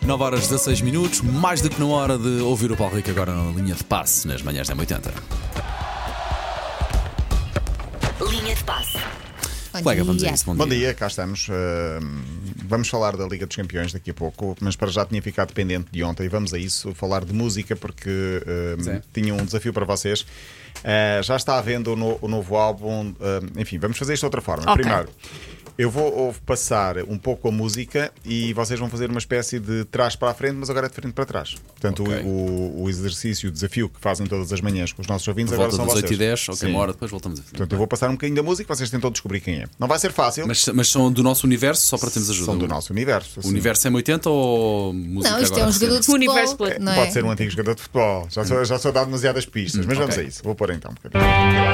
9 horas 16 minutos, mais do que na hora de ouvir o Paulo Rico agora na linha de passe, nas manhãs da 80. Linha de passe. Colega, vamos a isso. Bom dia, cá estamos. Vamos falar da Liga dos Campeões daqui a pouco, mas para já tinha ficado dependente de ontem. Vamos a isso, falar de música, porque tinha um desafio para vocês. Já está à venda o novo álbum. Enfim, vamos fazer isto de outra forma. Okay. Primeiro, eu vou passar um pouco a música e vocês vão fazer uma espécie de trás para a frente, mas agora é de frente para trás. Portanto, Ok. o exercício, o desafio que fazem todas as manhãs com os nossos ouvintes agora Volta são das vocês. 8h10, ok, Sim. uma hora depois voltamos a Portanto, eu vou passar um bocadinho da música e vocês tentam descobrir quem é. Não vai ser fácil. Mas são do nosso universo, só para termos ajuda. São do nosso universo. O universo é 80 ou música Não, isto agora é um jogador de recente? futebol. Universo Split. Não é? Pode ser um antigo jogador de futebol. Já sou dado demasiadas pistas, mas vamos ok. a isso. Vou pôr então um bocadinho.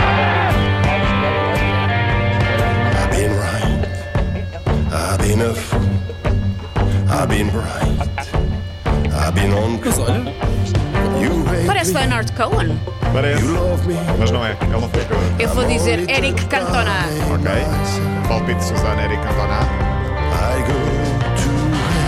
I've been right, I've been a fool, I've been bright, I've been on. Mas olha, You hate Parece me, Leonard Cohen. Parece, you love me. mas não é. Ele não foi jogador. Eu vou dizer Eric Cantona. Ok. Palpite de Susana Eric Cantona. I go to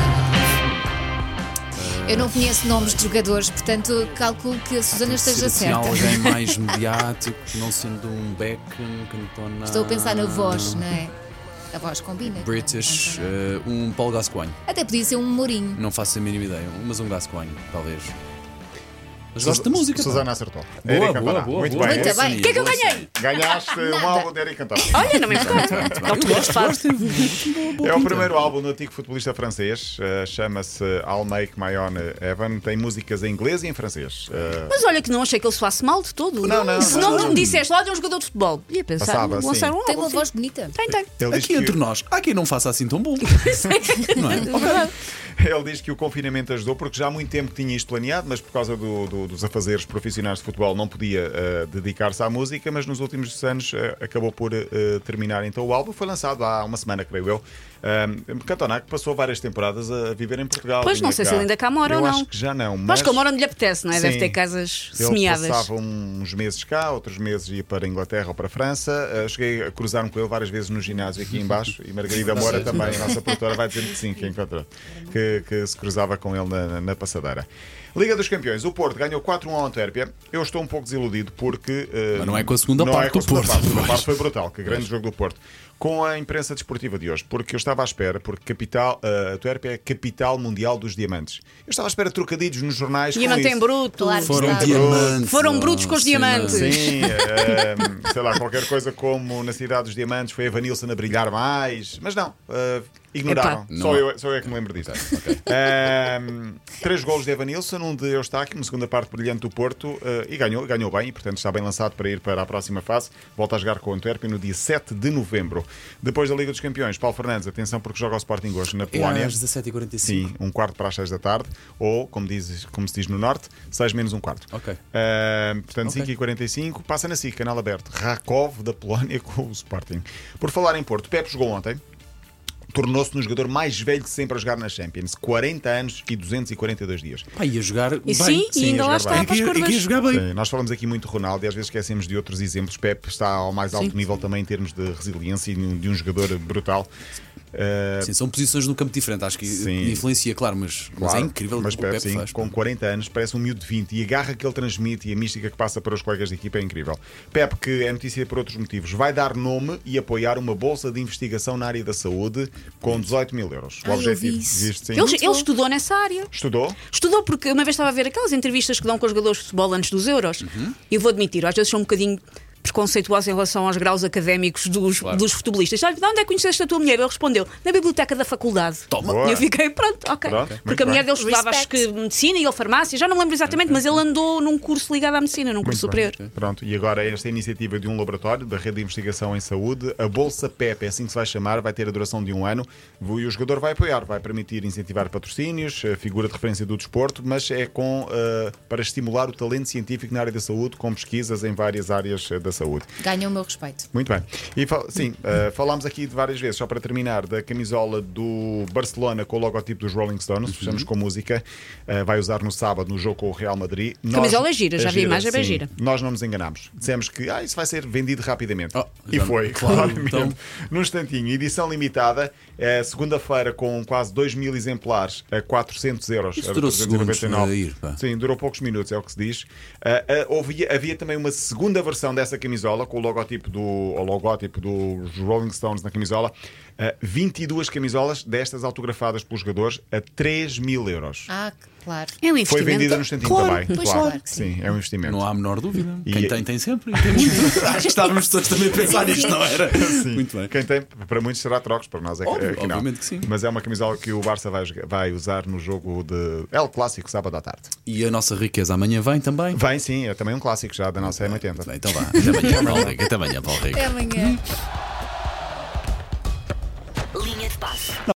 Eu não conheço nomes de jogadores, portanto calculo que a Susana esteja assim, certa. alguém mais mediático, não sendo um Beckham, Cantona. Estou a pensar na voz, não é? A voz combina. British, um Paulo Gascoigne. Até podia ser um Mourinho. Não faço a mínima ideia, mas um Gascoigne, talvez. Mas gosto de música. pá. Susana acertou. Boa, Eric boa, Cantona. boa. Muito boa. bem. Muito bem. O que é que eu ganhei? Ganhaste um Nada. álbum de Eric Cantona. Olha, não me importa. Não te gosto, faz. É o primeiro álbum do antigo futebolista francês. Chama-se I'll Make My Own Heaven. Tem músicas em inglês e em francês. Mas olha que não achei que ele soasse mal de todo. Não, Se não me disseste lá de um jogador de futebol, ia pensar, Passava, vou lançar sim. um Tem álbum, uma sim. voz bonita. Tem. Ele diz Aqui que- entre nós, há quem não faça assim tão bom. Não é? Ele diz que o confinamento ajudou porque já há muito tempo que tinha isto planeado, mas por causa dos afazeres profissionais de futebol não podia dedicar-se à música, mas nos últimos anos acabou por terminar então o álbum. Foi lançado há uma semana, creio eu. Cantona, que passou várias temporadas a viver em Portugal. Pois, não vinha sei se cá. ele ainda cá mora eu ou não. acho que já não. Mas como mora onde lhe apetece, não é? Deve Sim. ter casas Ele semeadas. passava uns meses cá, outros meses ia para a Inglaterra ou para a França. Cheguei a cruzar-me com ele várias vezes no ginásio aqui em baixo e Margarida Moura também, a nossa produtora, vai dizendo que sim, que encontrou, que se cruzava com ele na passadeira. Liga dos Campeões, o Porto ganhou 4-1 ao Antuérpia. Eu estou um pouco desiludido porque Mas não é com a segunda não parte é com a do segunda Porto. parte. A segunda parte foi brutal, que grande jogo do Porto. Com a imprensa desportiva de hoje, porque eu estava à espera, porque Antuérpia é a capital mundial dos diamantes. Eu estava à espera de trocadilhos nos jornais. com Diamante isso. em bruto. Claro. Foram Está. diamantes. Foram brutos com os Sim, diamantes. Sim, sei lá, qualquer coisa como na Cidade dos Diamantes foi a Vanilson a brilhar mais, mas não, ignoraram. Epá. Só eu é que me lembro disso. 3 golos de Evanilson, um de Eustáquio, uma segunda parte brilhante do Porto e ganhou bem, e portanto está bem lançado para ir para a próxima fase. Volta a jogar com o Antuérpia no dia 7 de novembro. Depois da Liga dos Campeões, Paulo Fernandes, atenção porque joga o Sporting hoje na É Polónia. às 17h45. Sim, 1/4 para as 6 da tarde, ou, como se diz no Norte, 6 menos 1/4. Ok. Portanto, Ok. 5h45, passa na SIC, canal aberto. Rakov da Polónia com o Sporting. Por falar em Porto, Pepe jogou ontem. Tornou-se no jogador mais velho de sempre a jogar na Champions. 40 anos e 242 dias. Pá, ia jogar E bem. sim, e ainda ia lá jogar está bem. para as E curvas. ia jogar bem. Sim, nós falamos aqui muito de Ronaldo e às vezes esquecemos de outros exemplos. Pepe está ao mais alto nível também em termos de resiliência e de um jogador brutal. Sim, são posições no campo diferente, acho que Sim. influencia, claro, mas é incrível mas o que o Pepe, Pepe sim, faz. com 40 anos, parece um miúdo de 20 e a garra que ele transmite e a mística que passa para os colegas de equipa é incrível. Pepe, que é notícia por outros motivos, vai dar nome e apoiar uma bolsa de investigação na área da saúde com 18 mil euros. O eu objetivo, vi isso. viste, sim? Ele estudou nessa área. Estudou? Estudou porque uma vez estava a ver aquelas entrevistas que dão com os jogadores de futebol antes dos Euros. E eu vou admitir, às vezes são um bocadinho preconceituosos em relação aos graus académicos dos futebolistas. Sabe, de onde é que conheceste a tua mulher? Ele respondeu, na biblioteca da faculdade. Toma. Boa. E eu fiquei, pronto, ok. Pronto, Porque muito a mulher bem. dele estudava, acho que medicina e ele farmácia, já não me lembro exatamente, mas ele andou num curso ligado à medicina, num curso Muito bem. superior. Pronto, e agora esta iniciativa de um laboratório da Rede de Investigação em Saúde, a Bolsa PEP, é assim que se vai chamar, vai ter a duração de 1 ano e o jogador vai apoiar, vai permitir incentivar patrocínios, figura de referência do desporto, mas é para estimular o talento científico na área da saúde, com pesquisas em várias áreas da saúde. saúde. Ganha o meu respeito. Muito bem. E sim, falámos aqui de várias vezes, só para terminar, da camisola do Barcelona com o logotipo dos Rolling Stones, fechamos com música. Vai usar no sábado no jogo com o Real Madrid. Camisola é gira, já vi a imagem, é bem gira. Nós não nos enganámos. Dissemos que isso vai ser vendido rapidamente. E já- foi, claro, claramente. então. Num instantinho. Edição limitada, segunda-feira com quase 2.000 exemplares a 400 euros. Isso durou segundos a ir, pá. Sim, durou poucos minutos, é o que se diz. Havia também uma segunda versão dessa camisola com o logótipo dos Rolling Stones na camisola. 22 camisolas destas autografadas pelos jogadores a 3.000 euros. Claro. É um Foi investimento. vendida no instantinho Claro, também. pois Claro. claro que sim. Sim, é um investimento. Não há a menor dúvida. E- Quem tem sempre. E tem muito. Acho que estávamos todos também a pensar nisto, não era? Sim. Muito bem. Quem tem, para muitos será trocos, para nós é que, Óbvio, que não. obviamente que sim. Mas é uma camisola que o Barça vai usar no jogo de El Clássico, sábado à tarde. E a nossa riqueza amanhã vem também? Vem sim, é também um clássico já da nossa M80. Então vá. Até amanhã, Paulo Rico. Até amanhã, Paulo Rico. Até amanhã.